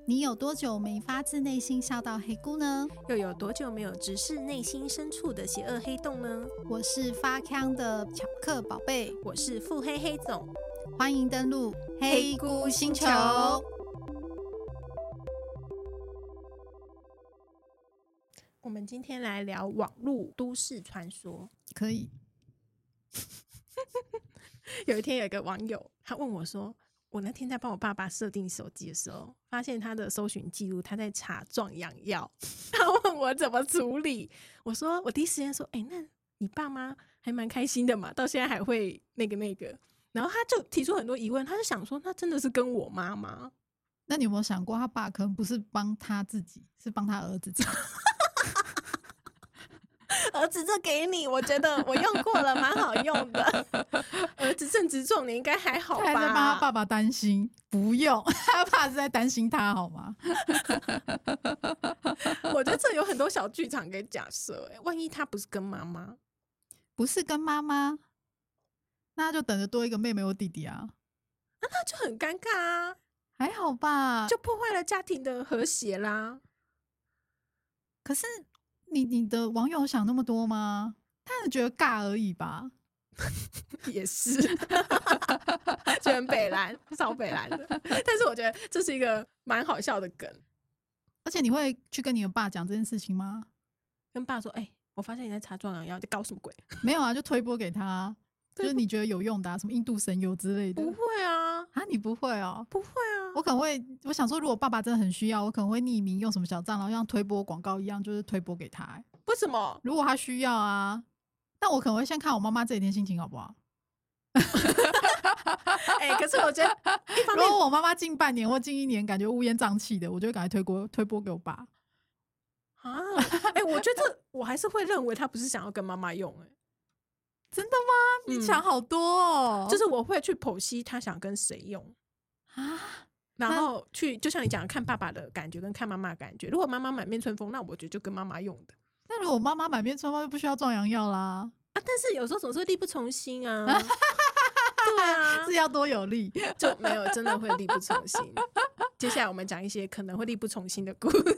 你有多久没发自内心笑到黑菇呢？ 又有多久没有直视内心深处的邪恶黑洞呢？ 我是发腔的巧克宝贝， 我是腹黑黑总， 欢迎登录黑菇星球。 我们今天来聊网络都市传说。 可以。 有一天有一个网友他问我说，我那天在帮我爸爸设定手机的时候，发现他的搜寻记录他在查壮阳药，他问我怎么处理。我说我第一时间说，那你爸妈还蛮开心的嘛，到现在还会那个。然后他就提出很多疑问，他就想说，那真的是跟我妈吗？ 那你有没有想过，他爸可能不是帮他自己，是帮他儿子查？ 儿子，这给你，我觉得我用过了，蛮好用的。儿子正值壮年，应该还好吧？ 他还在帮他爸爸担心，不用，他爸是在担心他，好吗？ 我觉得这有很多小剧场跟假设，万一他不是跟妈妈， 不是跟妈妈，那他就等着多一个妹妹或弟弟啊， 那就很尴尬啊。 还好吧？ 就破坏了家庭的和谐啦。 可是你的网友想那么多吗？他是觉得尬而已吧。 也是就很北蓝，超北蓝的。但是我觉得这是一个蛮好笑的梗。 而且你会去跟你的爸讲这件事情吗？ 跟爸说，我发现你在查壮阳药，在搞什么鬼？ 没有啊，就推播给他，就是你觉得有用的啊，什么印度神油之类的。 不会啊。 你不会哦？ 不会啊。 我可能会，我想说如果爸爸真的很需要，我可能会匿名用什么小账，然后像推播广告一样，就是推播给他。 为什么？ 如果他需要啊，但我可能会先看我妈妈这几天心情好不好。 可是我觉得一方面， 如果我妈妈近半年或近一年感觉乌烟瘴气的，我就会赶快推播给我爸啊。我觉得我还是会认为他不是想要跟妈妈用。 真的吗？你想好多哦。 就是我会去剖析他想跟谁用啊，然后去就像你讲的，看爸爸的感觉跟看妈妈的感觉。如果妈妈满面春风，那我觉得就跟妈妈用的。 那如果妈妈满面春风，就不需要壮阳药啦。 但是有时候总是会力不从心啊。对啊， 是要多有力， 就没有真的会力不从心。接下来我们讲一些可能会力不从心的故事。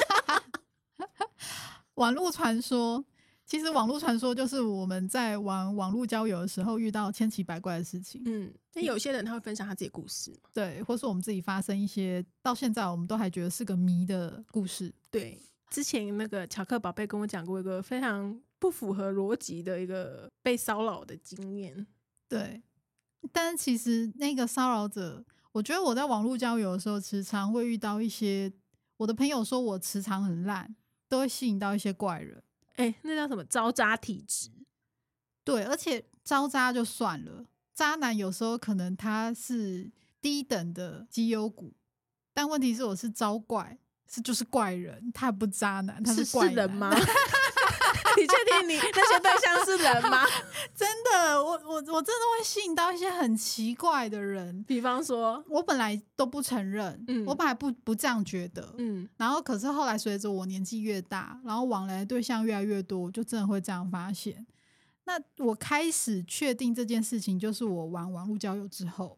网络传说，其实网络传说就是我们在玩网络交友的时候遇到千奇百怪的事情。 但有些人他会分享他自己的故事嘛， 对，或是我们自己发生一些到现在我们都还觉得是个谜的故事。 对，之前那个巧克宝贝跟我讲过一个非常不符合逻辑的一个被骚扰的经验。 对，但是其实那个骚扰者，我觉得我在网络交友的时候时常会遇到一些，我的朋友说我磁场很烂，都会吸引到一些怪人。 那叫什么招渣体质。 对，而且招渣就算了，渣男有时候可能他是低等的绩优股，但问题是我是招怪，就是怪人，他不渣男，他是怪男。 是人吗？你确定你那些对象是人吗？ 真的，我真的会吸引到一些很奇怪的人。 比方说， 我本来都不承认，我本来不这样觉得，然后可是后来随着我年纪越大，然后往来的对象越来越多，我就真的会这样发现。那我开始确定这件事情，就是我玩网络交友之后，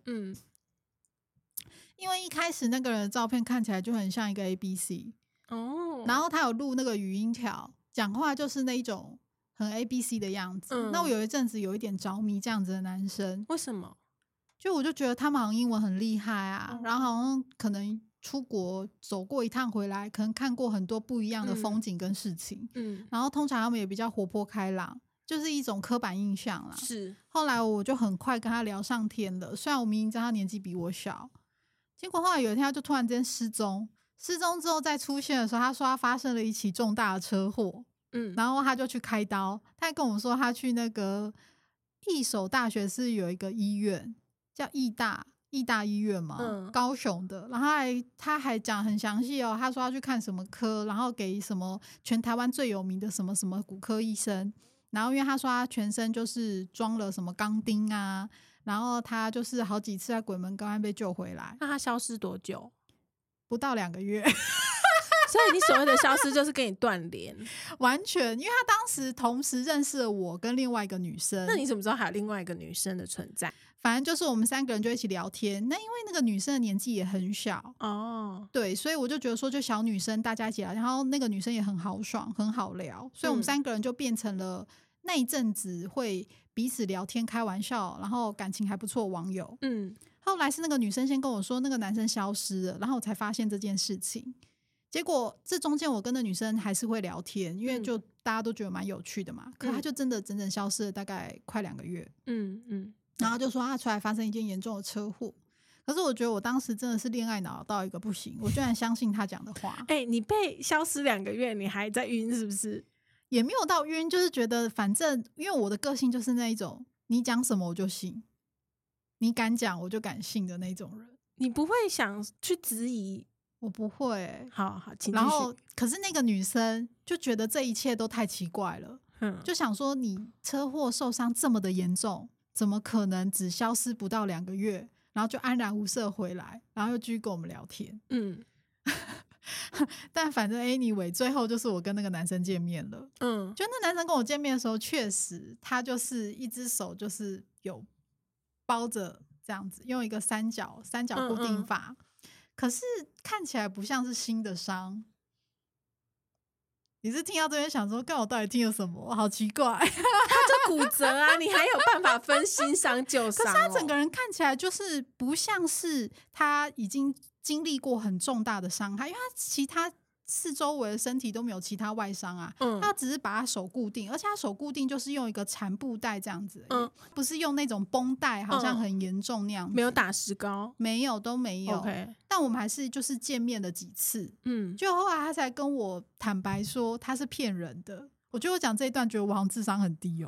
因为一开始那个人的照片看起来就很像一个 ABC 然后他有录那个语音条，讲话就是那一种很 ABC 的样子。那我有一阵子有一点着迷这样子的男生。 为什么？ 就我就觉得他们好像英文很厉害啊，然后好像可能出国走过一趟回来，可能看过很多不一样的风景跟事情。然后通常他们也比较活泼开朗，就是一种刻板印象啦。 是。 后来我就很快跟他聊上天了，虽然我明明知道他年纪比我小，结果后来有一天他就突然间失踪之后再出现的时候，他说他发生了一起重大的车祸，然后他就去开刀。他还跟我们说他去那个义守大学是有一个医院叫义大医院嘛，高雄的。然后他还讲很详细哦，他说要去看什么科，然后给什么全台湾最有名的什么什么骨科医生。然后因为他说他全身就是装了什么钢钉啊，然后他就是好几次在鬼门关被救回来。 那他消失多久？ 不到2个月。 所以你所谓的消失就是跟你断联。 完全，因为他当时同时认识了我跟另外一个女生。 那你怎么知道还有另外一个女生的存在？ 反正就是我们3个人就一起聊天。那因为那个女生的年纪也很小哦， 对，所以我就觉得说就小女生大家一起聊，然后那个女生也很豪爽很好聊，所以我们3个人就变成了那一阵子会彼此聊天开玩笑，然后感情还不错的网友。后来是那个女生先跟我说那个男生消失了，然后我才发现这件事情。结果这中间我跟那女生还是会聊天，因为就大家都觉得蛮有趣的嘛。可是他就真的整整消失了大概快2个月。然后就说他出来发生一件严重的车祸。可是我觉得我当时真的是恋爱脑到一个不行，我居然相信他讲的话。 你被消失2个月，你还在晕是不是？ 也没有到晕，就是觉得反正因为我的个性就是那一种，你讲什么我就信，你敢讲我就敢信的那种人。 你不会想去质疑？ 我不会。 好，请继续。 然后可是那个女生就觉得这一切都太奇怪了，就想说你车祸受伤这么的严重，怎么可能只消失不到2个月，然后就安然无事回来，然后又继续跟我们聊天。但反正 anyway 最后就是我跟那个男生见面了。就那男生跟我见面的时候，确实他就是一只手就是有包着这样子，用一个三角固定法。可是看起来不像是新的伤。你是听到这边想说看我到底听了什么，好奇怪。 他就骨折啊，你还有办法分新伤旧伤？ 可是他整个人看起来就是不像是他已经经历过很重大的伤害，因为他其他四周围的身体都没有其他外伤啊。他只是把他手固定，而且他手固定就是用一个缠布带这样子，不是用那种绷带，好像很严重那样子。 没有打石膏？ 没有，都没有。但我们还是就是见面了几次。就后来他才跟我坦白说他是骗人的。我觉得我讲这一段觉得我好像智商很低哦。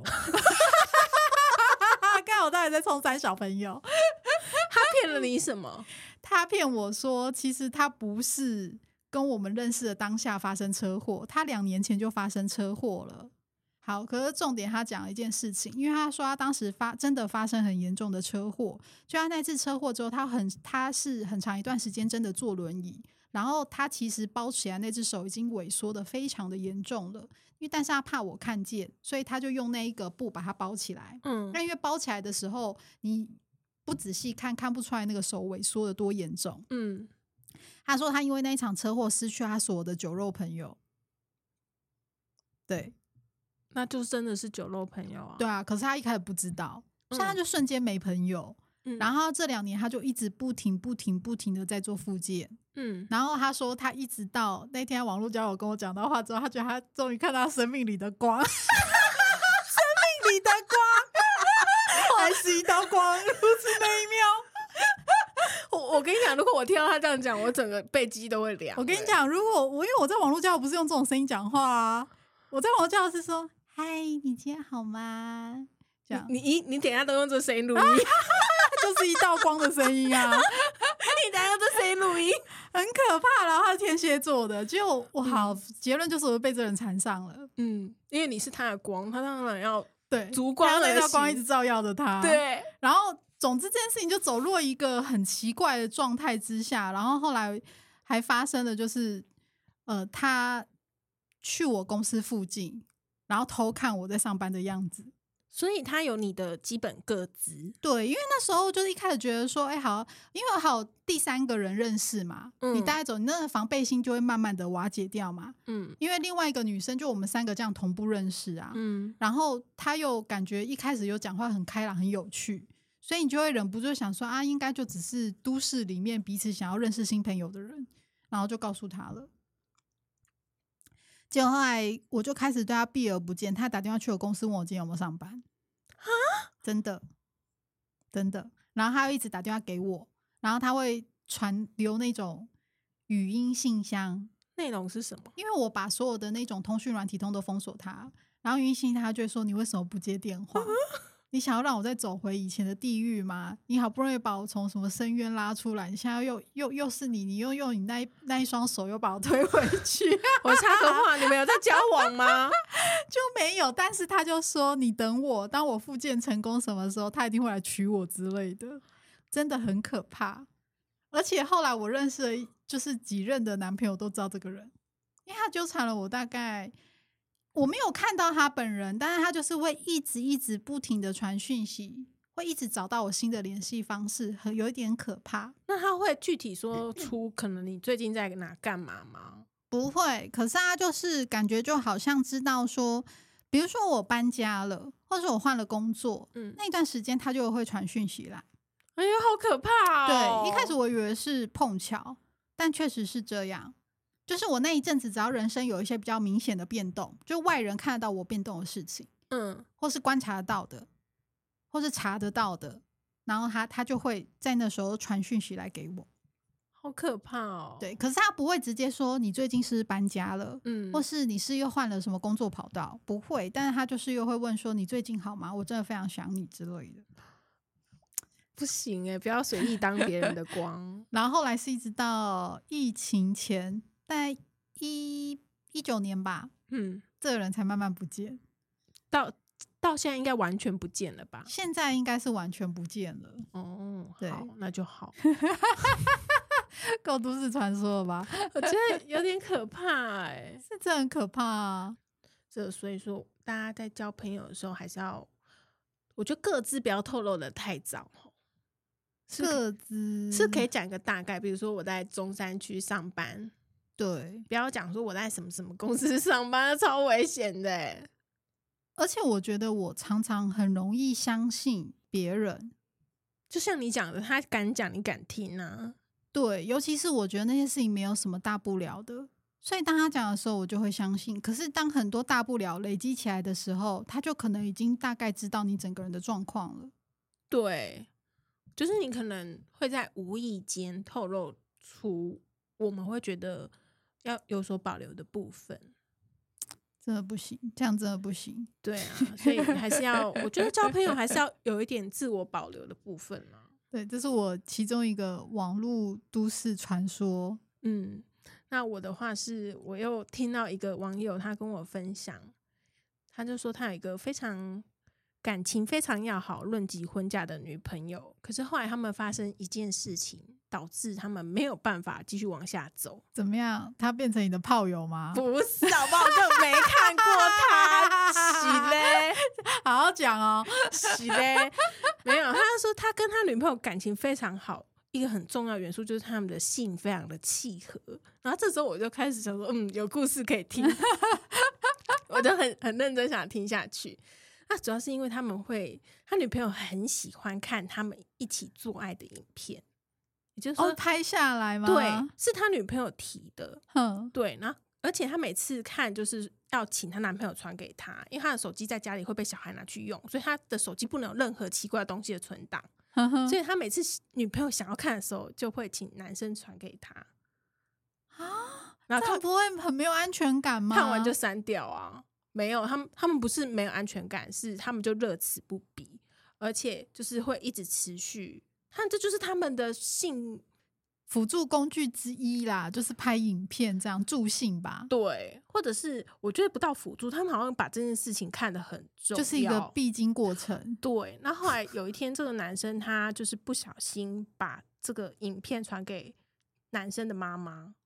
刚好我到底在冲3小朋友。 他骗了你什么？ 他骗我说其实他不是跟我们认识的当下发生车祸，他2年前就发生车祸了。好，可是重点他讲了一件事情，因为他说他当时真的发生很严重的车祸，就他那次车祸之后他是很长一段时间真的坐轮椅，然后他其实包起来那只手已经萎缩的非常的严重了，但是他怕我看见，所以他就用那一个布把它包起来。那因为包起来的时候你不仔细看不出来那个手萎缩的多严重。他说他因为那一场车祸失去他所有的酒肉朋友。对， 那就真的是酒肉朋友啊。 对啊，可是他一开始不知道，所以他就瞬间没朋友。然后这2年他就一直不停的在做复健。然后他说他一直到那天网络交友跟我讲到话之后，他觉得他终于看到生命里的光。生命里的光还是一道光，如此美妙。 我跟你讲，如果我听到他这样讲，我整个背肌都会凉。 我跟你讲，如果因为我在网络交友不是用这种声音讲话啊，我在网络交友是说嗨你今天好吗，这样。 你等一下都用这声音录音。 就是一道光的声音啊。 你等一下用这声音录音很可怕。然后他是天蝎座的，结果我好结论就是我被这人缠上了。 因为你是他的光，他当然要对烛光而行， 那道光一直照耀着他。 对， 然后总之这件事情就走入一个很奇怪的状态之下，然后后来还发生了就是他去我公司附近，然后偷看我在上班的样子。 所以他有你的基本个资。 对，因为那时候就是一开始觉得说好，因为好第3个人认识嘛，你带走你那个防备心就会慢慢的瓦解掉嘛。因为另外一个女生就我们3个这样同步认识啊。然后他又感觉一开始有讲话很开朗很有趣，所以你就会忍不住想说应该就只是都市里面彼此想要认识新朋友的人，然后就告诉他了。结果后来我就开始对他避而不见，他打电话去我公司问我今天有没有上班。真的。然后他又一直打电话给我，然后他会传留那种语音信箱。 内容是什么？ 因为我把所有的那种通讯软体通都封锁他，然后语音信箱他就会说你为什么不接电话？你想要让我再走回以前的地狱吗？你好不容易把我从什么深渊拉出来，你现在又是你又用你那一双手又把我推回去。 我插个话，你们有在交往吗？ 就没有，但是他就说你等我，当我复健成功什么时候他一定会来娶我之类的。真的很可怕。而且后来我认识了就是几任的男朋友都知道这个人，因为他纠缠了我大概我没有看到他本人，但是他就是会一直不停的传讯息会一直找到我新的联系方式，有一点可怕。 那他会具体说出可能你最近在哪干嘛吗？ 不会，可是他就是感觉就好像知道说，比如说我搬家了，或者我换了工作，那一段时间他就会传讯息来。 哎呀，好可怕哦！ 对，一开始我以为是碰巧，但确实是这样。就是我那一阵子，只要人生有一些比较明显的变动，就外人看得到我变动的事情，或是观察得到的，或是查得到的，然后他就会在那时候传讯息来给我。 好可怕哦！ 对，可是他不会直接说你最近是不是搬家了，或是你是又换了什么工作跑道，不会。但是他就是又会问说你最近好吗？我真的非常想你之类的。 不行欸，不要随意当别人的光。 然后后来是一直到疫情前，大概19年吧，这个人才慢慢不见。 到现在应该完全不见了吧？ 现在应该是完全不见了。 哦， 对， 好，那就好。 够都市传说了吧？ 我觉得有点可怕欸， 是真的很可怕啊。 所以说，大家在交朋友的时候，还是要，我觉得各自不要透露的太早。 各自是可以讲一个大概，比如说我在中山区上班， 对， 不要讲说我在什么什么公司上班，超危险的欸。 而且我觉得我常常很容易相信别人， 就像你讲的，他敢讲，你敢听啊？ 对，尤其是我觉得那些事情没有什么大不了的，所以当他讲的时候，我就会相信。可是当很多大不了累积起来的时候，他就可能已经大概知道你整个人的状况了。 对，就是你可能会在无意间透露出我们会觉得要有所保留的部分。 真的不行，这样真的不行。 对啊，所以还是要，我觉得交朋友还是要有一点自我保留的部分啊。 对，这是我其中一个网络都市传说。 那我的话是，我又听到一个网友他跟我分享，他就说他有一个感情非常要好、论及婚嫁的女朋友，可是后来他们发生一件事情，导致他们没有办法继续往下走。 怎么样？他变成你的炮友吗？ 不是，好不好？根本没看过他，是嘞， 好好讲哦， 是嘞，没有。他说他跟他女朋友感情非常好，一个很重要元素就是他们的性非常的契合。然后这时候我就开始想说，有故事可以听，我就很认真想听下去。那主要是因为他女朋友很喜欢看他们一起做爱的影片，也就是说拍下来吗？ 对，是他女朋友提的。对，然后而且他每次看就是要请他男朋友传给他，因为他的手机在家里会被小孩拿去用，所以他的手机不能有任何奇怪的东西的存档。所以他每次女朋友想要看的时候，就会请男生传给他啊。 然后这样不会很没有安全感吗？ 看完就删掉啊。没有，他们不是没有安全感，是他们就乐此不疲，而且就是会一直持续。这就是他们的性辅助工具之一啦，就是拍影片这样助兴吧。 对，或者是我觉得不到辅助，他们好像把这件事情看得很重要， 就是一个必经过程。 对，那后来有一天，这个男生他就是不小心把这个影片传给男生的妈妈。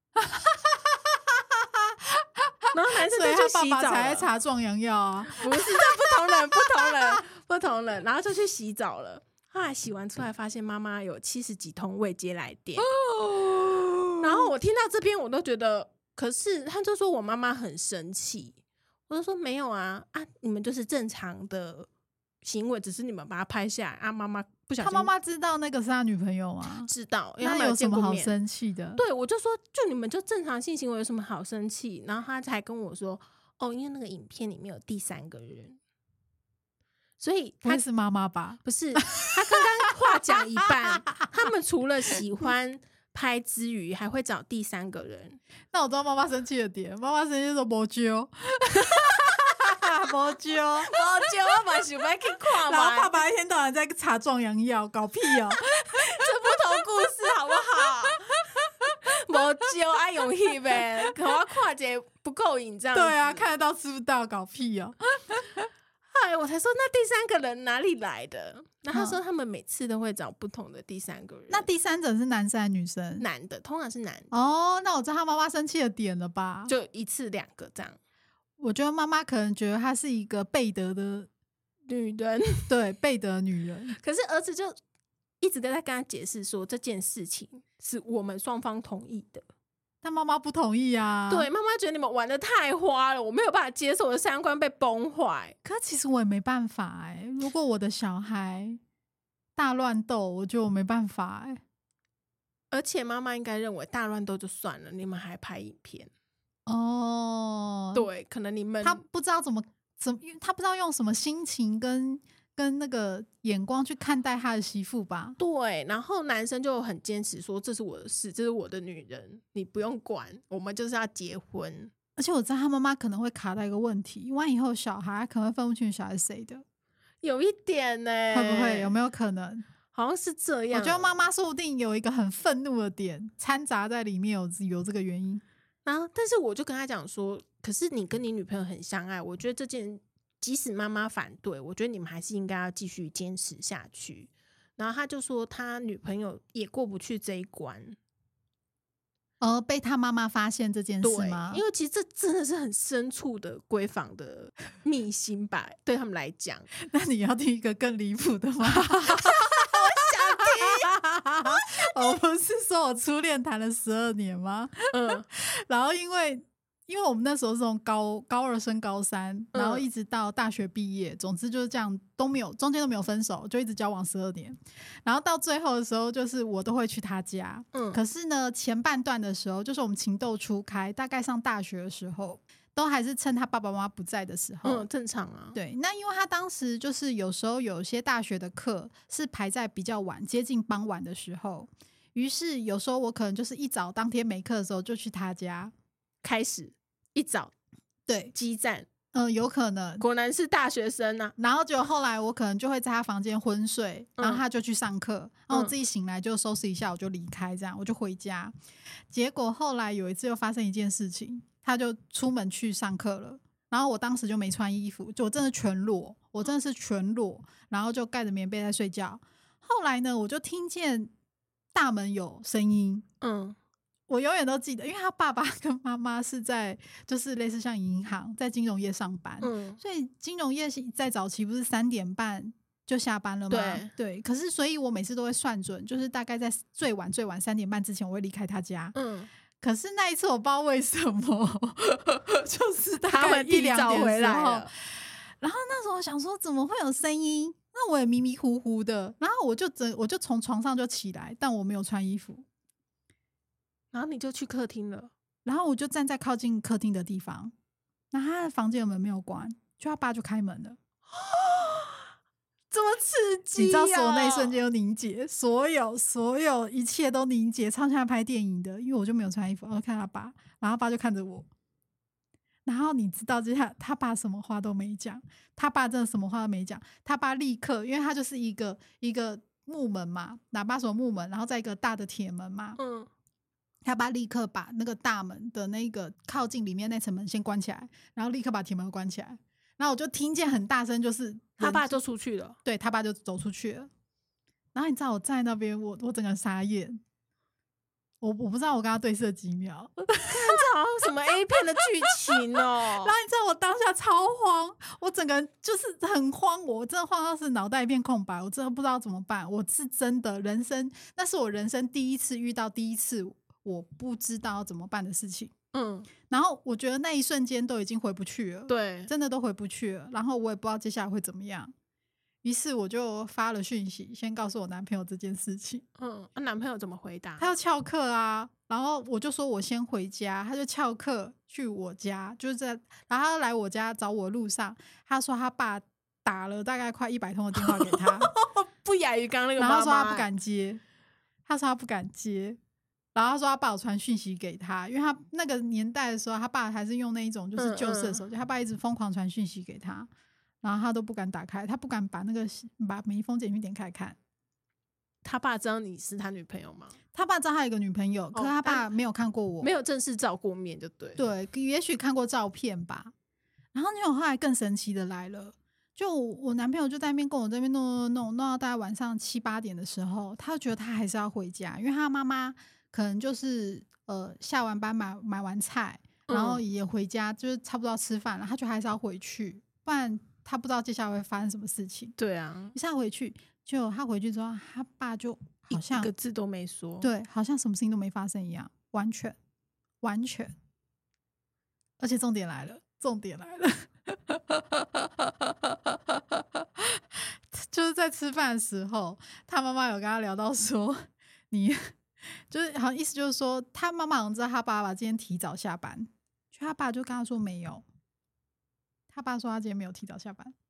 然后男生就去洗澡了，所以他爸爸才在查壮阳药啊？ 不是，这不同人，然后就去洗澡了。后来洗完出来，发现妈妈有70几通未接来电。然后我听到这边，我都觉得，可是他就说我妈妈很生气，我就说没有啊，你们就是正常的行为，只是你们把它拍下来啊。妈妈不小心， 他妈妈知道那个是他女朋友吗？ 知道，因为他那有什么好面生气的？ 对，我就说，就你们就正常性行为有什么好生气？然后他才跟我说，因为那个影片里面有第三个人，所以不会是妈妈吧？ 不是，他刚刚话讲一半，他们除了喜欢拍之余，还会找第三个人。 那我知道妈妈生气的点，妈妈生气说没救。没救， 我嘛想要去看嘛。 然后爸爸一天到晚在查壮阳药，搞屁哦！ 这不同故事好不好？没救，爱用翕呗，可我看一个不够瘾这样子。 对啊，看得到吃不到，搞屁哦！ 后来我才说，那第三个人哪里来的？然后他说他们每次都会找不同的第三个人。 那第三者是男生还是女生？ 男的，通常是男的。 哦，那我知道他妈妈生气的点了吧？ 就一次2个这样。 我觉得妈妈可能觉得他是一个背德的女人， 对，贝德女人。 可是儿子就一直在跟他解释说这件事情是我们双方同意的， 但妈妈不同意啊。 对，妈妈觉得你们玩的太花了，我没有办法接受我的三观被崩坏。 可其实我也没办法如果我的小孩大乱斗，我觉得我没办法而且妈妈应该认为大乱斗就算了，你们还拍影片哦。 对，可能你们他不知道因为他不知道用什么心情跟那个眼光去看待他的媳妇吧。 对，然后男生就很坚持说这是我的事，这是我的女人，你不用管，我们就是要结婚。 而且我知道他妈妈可能会卡到一个问题，万一以后小孩可能会分不清小孩是谁的， 有一点呢、 会不会有没有可能？ 好像是这样。 我觉得妈妈说不定有一个很愤怒的点掺杂在里面，有这个原因。 然后，但是我就跟他讲说，可是你跟你女朋友很相爱，我觉得这件即使妈妈反对，我觉得你们还是应该要继续坚持下去。然后他就说他女朋友也过不去这一关， 被他妈妈发现这件事吗？ 因为其实这真的是很深处的闺房的秘辛吧，对他们来讲。 那你要听一个更离谱的吗？我不是说我初恋谈了12年吗？然后因为我们那时候是从高2升高3，然后一直到大学毕业，总之就是这样，中间都没有分手，就一直交往12年。然后到最后的时候，就是我都会去他家。可是呢，前半段的时候，就是我们情窦初开，大概上大学的时候，都还是趁他爸爸妈妈不在的时候。 正常啊。 对，那因为他当时就是有时候有些大学的课是排在比较晚，接近傍晚的时候，于是有时候我可能就是一早当天没课的时候就去他家开始一早对激战。 有可能， 果然是大学生啊。 然后就后来我可能就会在他房间昏睡，然后他就去上课，然后我自己醒来就收拾一下，我就离开，这样我就回家。结果后来有一次又发生一件事情，他就出门去上课了，然后我当时就没穿衣服，就我真的全裸，我真的是全裸，然后就盖着棉被在睡觉。后来呢，我就听见大门有声音，我永远都记得，因为他爸爸跟妈妈是在就是类似像银行在金融业上班，所以金融业在早期不是3点半就下班了吗？对。可是所以我每次都会算准，就是大概在最晚3点半之前我会离开他家。可是那一次我不知道为什么就是大概1-2点的时候，然后那时候我想说怎么会有声音，那我也迷迷糊糊的，然后我就从床上就起来，但我没有穿衣服， 然后你就去客厅了， 然后我就站在靠近客厅的地方，然后他的房间的门没有关，就他爸就开门了。 这么刺激、 你知道所有那一瞬间都凝结，所有一切都凝结，超像拍电影的。因为我就没有穿衣服，我就看他爸，然后他爸就看着我，然后你知道接下来他爸什么话都没讲，他爸真的什么话都没讲，他爸立刻，因为他就是一个木门嘛，喇叭锁木门，然后再一个大的铁门嘛，他爸立刻把那个大门的那个靠近里面那层门先关起来，然后立刻把铁门关起来，然后我就听见很大声，就是他爸就出去了， 对，他爸就走出去了。然后你知道我站在那边，我整个傻眼，我不知道我跟他对视了几秒， 看这好像什么 A 片的剧情哦。 然后你知道我当下超慌，我整个人就是很慌，我真的慌到是脑袋一片空白，我真的不知道怎么办。我是真的那是我人生第一次遇到第一次我不知道怎么办的事情。然后我觉得那一瞬间都已经回不去了， 对， 真的都回不去了。然后我也不知道接下来会怎么样，于是我就发了讯息，先告诉我男朋友这件事情。 男朋友怎么回答？ 他要翘课啊，然后我就说我先回家，他就翘课去我家，然后他来我家找我的路上，他说他爸打了大概快100通的电话给他， 不亚于刚刚那个妈妈， 然后他说他不敢接，然后他说他爸有传讯息给他，因为他那个年代的时候，他爸还是用那一种就是旧式的手机，他爸一直疯狂传讯息给他，然后他都不敢打开，他不敢把每一封简讯点开看。 他爸知道你是他女朋友吗？ 他爸知道他有一个女朋友，可是他爸没有看过我， 没有正式照过面就对。 对，也许看过照片吧。然后后来更神奇的来了，就我男朋友就在那边跟我这边弄到大概晚上7-8点的时候，他就觉得他还是要回家，因为他妈妈可能就是下完班买完菜，然后也回家，就是差不多要吃饭了，他就还是要回去，不然他不知道接下来会发生什么事情。 对啊， 于是他回去之后，他爸就好像一个字都没说， 对，好像什么事情都没发生一样，完全。而且重点来了，就是在吃饭的时候，他妈妈有跟他聊到说，你就是好像意思就是说，他妈妈好像知道他爸爸今天提早下班，就他爸就跟他说没有，他爸说他今天没有提早下班，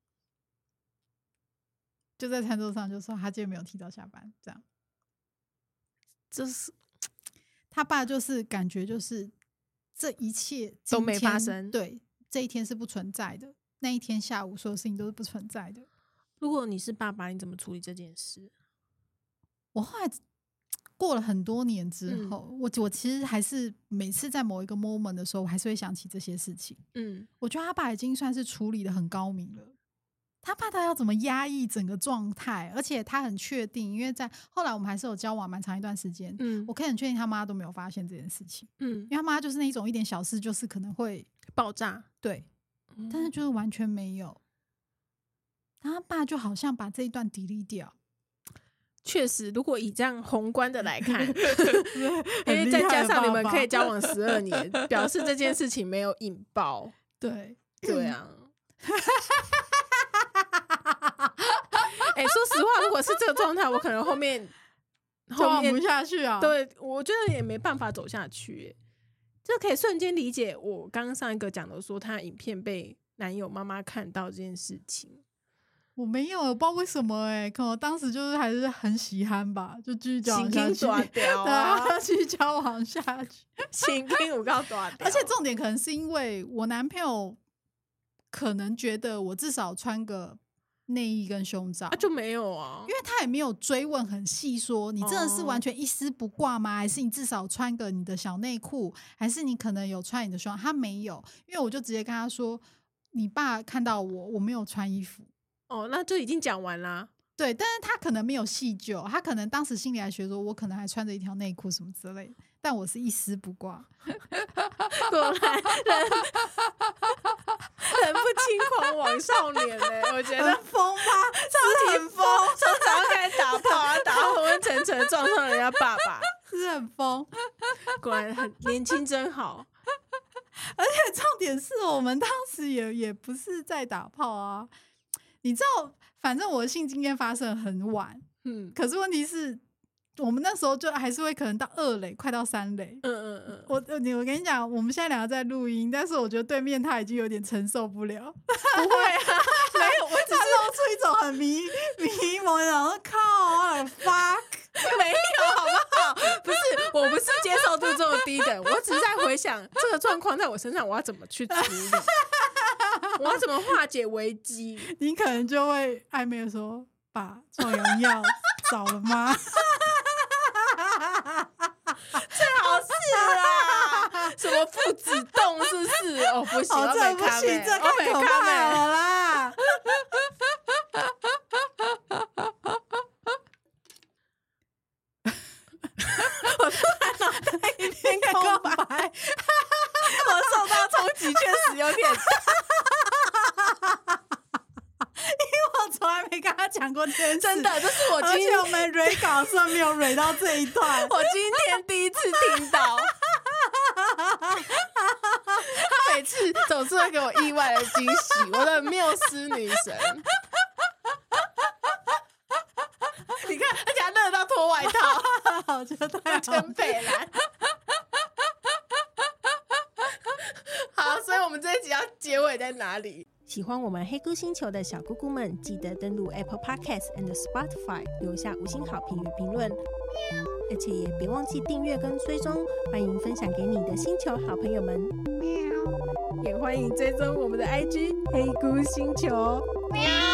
就在餐桌上就说他今天没有提早下班，这样， 就是他爸就是感觉就是这一切都没发生， 对，这一天是不存在的，那一天下午所有事情都是不存在的。 如果你是爸爸，你怎么处理这件事？ 我后来过了很多年之后，我其实还是每次在某一个 moment 的时候，我还是会想起这些事情。我觉得他爸已经算是处理的很高明了。他怕他要怎么压抑整个状态，而且他很确定，因为在后来我们还是有交往蛮长一段时间，我可以很确定他妈都没有发现这件事情，因为他妈就是那一种一点小事就是可能会爆炸， 对，但是就是完全没有，他爸就好像把这一段 delete 掉。 确实，如果以这样宏观的来看，因为再加上你们可以交往12年，表示这件事情没有引爆， 对啊。说实话，如果是这个状态，我可能后面不下去啊。 对，我觉得也没办法走下去。这可以瞬间理解我刚刚上一个讲的说，他影片被男友妈妈看到这件事情。 我没有，我不知道为什么可能我当时就是还是很喜欢吧，就继续交往下去，对啊，继续交往下去， 心经有够大条。 而且重点可能是因为我男朋友可能觉得我至少穿个内衣跟胸罩， 就没有啊， 因为他也没有追问很细说你真的是完全一丝不挂吗？还是你至少穿个你的小内裤，还是你可能有穿你的胸罩？他没有，因为我就直接跟他说，你爸看到我没有穿衣服。 那就已经讲完啦。 对，但是他可能没有细究，他可能当时心里还觉得说我可能还穿着一条内裤什么之类的，但我是一丝不挂。 果然人不轻狂枉少年我觉得很疯吧， 超级疯，从早上开始打炮啊，打到昏昏沉沉，撞上人家爸爸， 是很疯。 果然很年轻真好。 而且重点是我们当时也不是在打炮啊，你知道，反正我的性经验发生很晚，可是问题是我们那时候就还是会可能到2垒，快到3垒。我跟你讲，我们现在2个在录音，但是我觉得对面他已经有点承受不了。 不会啊，没有，我只是露出一种很迷蒙，然后靠我的 fuck， 没有好不好？不是，我不是接受度这么低的，我只是在回想这个状况在我身上，我要怎么去处理，我要怎么化解危机？ 你可能就会暧昧的说：“爸，壮阳药找了吗？” 最好是啦，什么父子冻是不是？不行， 这不行，这太可怕了啦！ 我突然脑袋一片空白，我受到冲击确实有点因为我从来没跟他讲过这件事， 真的，这是我而且我们蕊稿上没有蕊到这一段， 我今天第一次听到。他每次总是会给我意外的惊喜，我的缪斯女神。你看，而且还热到脱外套， 我觉得太真北蓝。好，所以我们这一集要结尾在哪里？喜欢我们黑菇星球的小姑姑们，记得登录 Apple Podcast and Spotify 留下5星好评与评论，而且也别忘记订阅跟追踪，欢迎分享给你的星球好朋友们，也欢迎追踪我们的 IG 黑菇星球。喵。